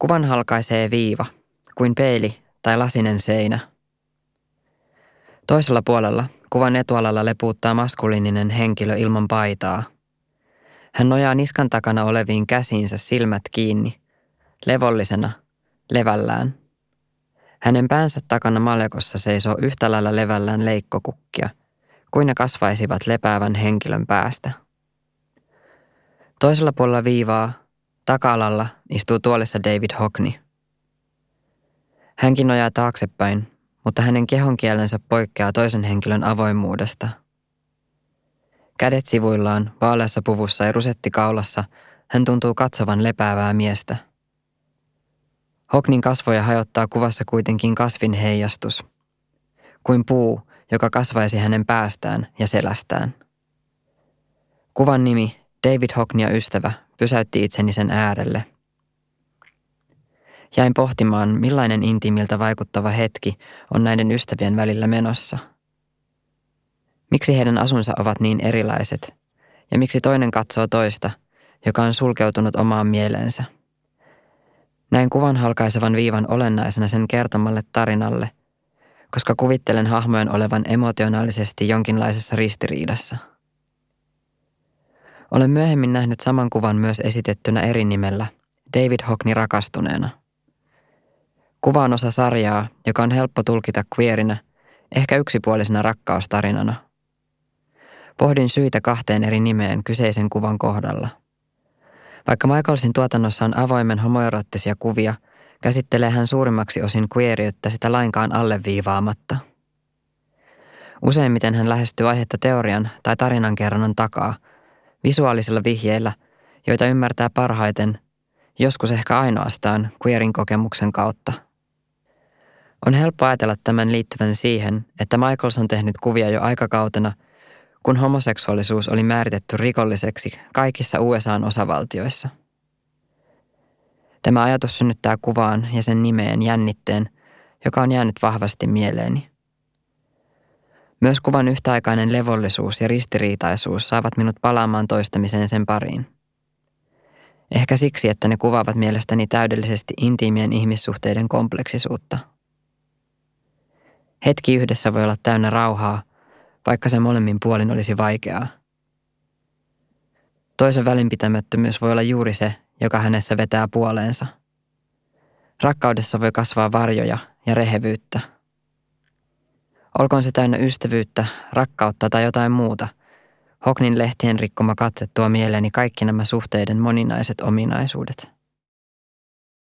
Kuvan halkaisee viiva, kuin peili tai lasinen seinä. Toisella puolella kuvan etualalla lepuuttaa maskuliininen henkilö ilman paitaa. Hän nojaa niskan takana oleviin käsiinsä silmät kiinni, levollisena, levällään. Hänen päänsä takana maljakossa seisoo yhtä lailla levällään leikkokukkia, kuin ne kasvaisivat lepäävän henkilön päästä. Toisella puolella viivaa, taka-alalla, istuu tuolissa David Hockney. Hänkin nojaa taaksepäin, mutta hänen kehonkielensä poikkeaa toisen henkilön avoimuudesta. Kädet sivuillaan, vaaleassa puvussa ja rusetti kaulassa, hän tuntuu katsovan lepäävää miestä. Hockneyn kasvoja hajottaa kuvassa kuitenkin kasvin heijastus, kuin puu, joka kasvaisi hänen päästään ja selästään. Kuvan nimi, David Hockney ja ystävä, pysäytti itseni sen äärelle. Jäin pohtimaan, millainen intiimiltä vaikuttava hetki on näiden ystävien välillä menossa. Miksi heidän asunsa ovat niin erilaiset, ja miksi toinen katsoo toista, joka on sulkeutunut omaan mieleensä. Näin kuvan halkaisevan viivan olennaisena sen kertomalle tarinalle, koska kuvittelen hahmojen olevan emotionaalisesti jonkinlaisessa ristiriidassa. Olen myöhemmin nähnyt saman kuvan myös esitettynä eri nimellä, David Hockney rakastuneena. Kuva on osa sarjaa, joka on helppo tulkita queerinä, ehkä yksipuolisena rakkaustarinana. Pohdin syitä 2 eri nimeen kyseisen kuvan kohdalla. Vaikka Michaelsin tuotannossa on avoimen homoeroottisia kuvia, käsittelee hän suurimmaksi osin queeriyttä sitä lainkaan alleviivaamatta. Useimmiten hän lähestyy aihetta teorian tai tarinankerronnan takaa, visuaalisilla vihjeillä, joita ymmärtää parhaiten, joskus ehkä ainoastaan queerin kokemuksen kautta. On helppo ajatella tämän liittyvän siihen, että Michaels on tehnyt kuvia jo aikakautena, kun homoseksuaalisuus oli määritetty rikolliseksi kaikissa USA:n osavaltioissa. Tämä ajatus synnyttää kuvaan ja sen nimeen jännitteen, joka on jäänyt vahvasti mieleeni. Myös kuvan yhtäaikainen levollisuus ja ristiriitaisuus saavat minut palaamaan toistamiseen sen pariin. Ehkä siksi, että ne kuvaavat mielestäni täydellisesti intiimien ihmissuhteiden kompleksisuutta. Hetki yhdessä voi olla täynnä rauhaa, vaikka se molemmin puolin olisi vaikeaa. Toisen välinpitämättömyys voi olla juuri se, joka hänessä vetää puoleensa. Rakkaudessa voi kasvaa varjoja ja rehevyyttä. Olkoon se täynnä ystävyyttä, rakkautta tai jotain muuta, Hockneyn lehtien rikkoma katse tuo mieleeni kaikki nämä suhteiden moninaiset ominaisuudet.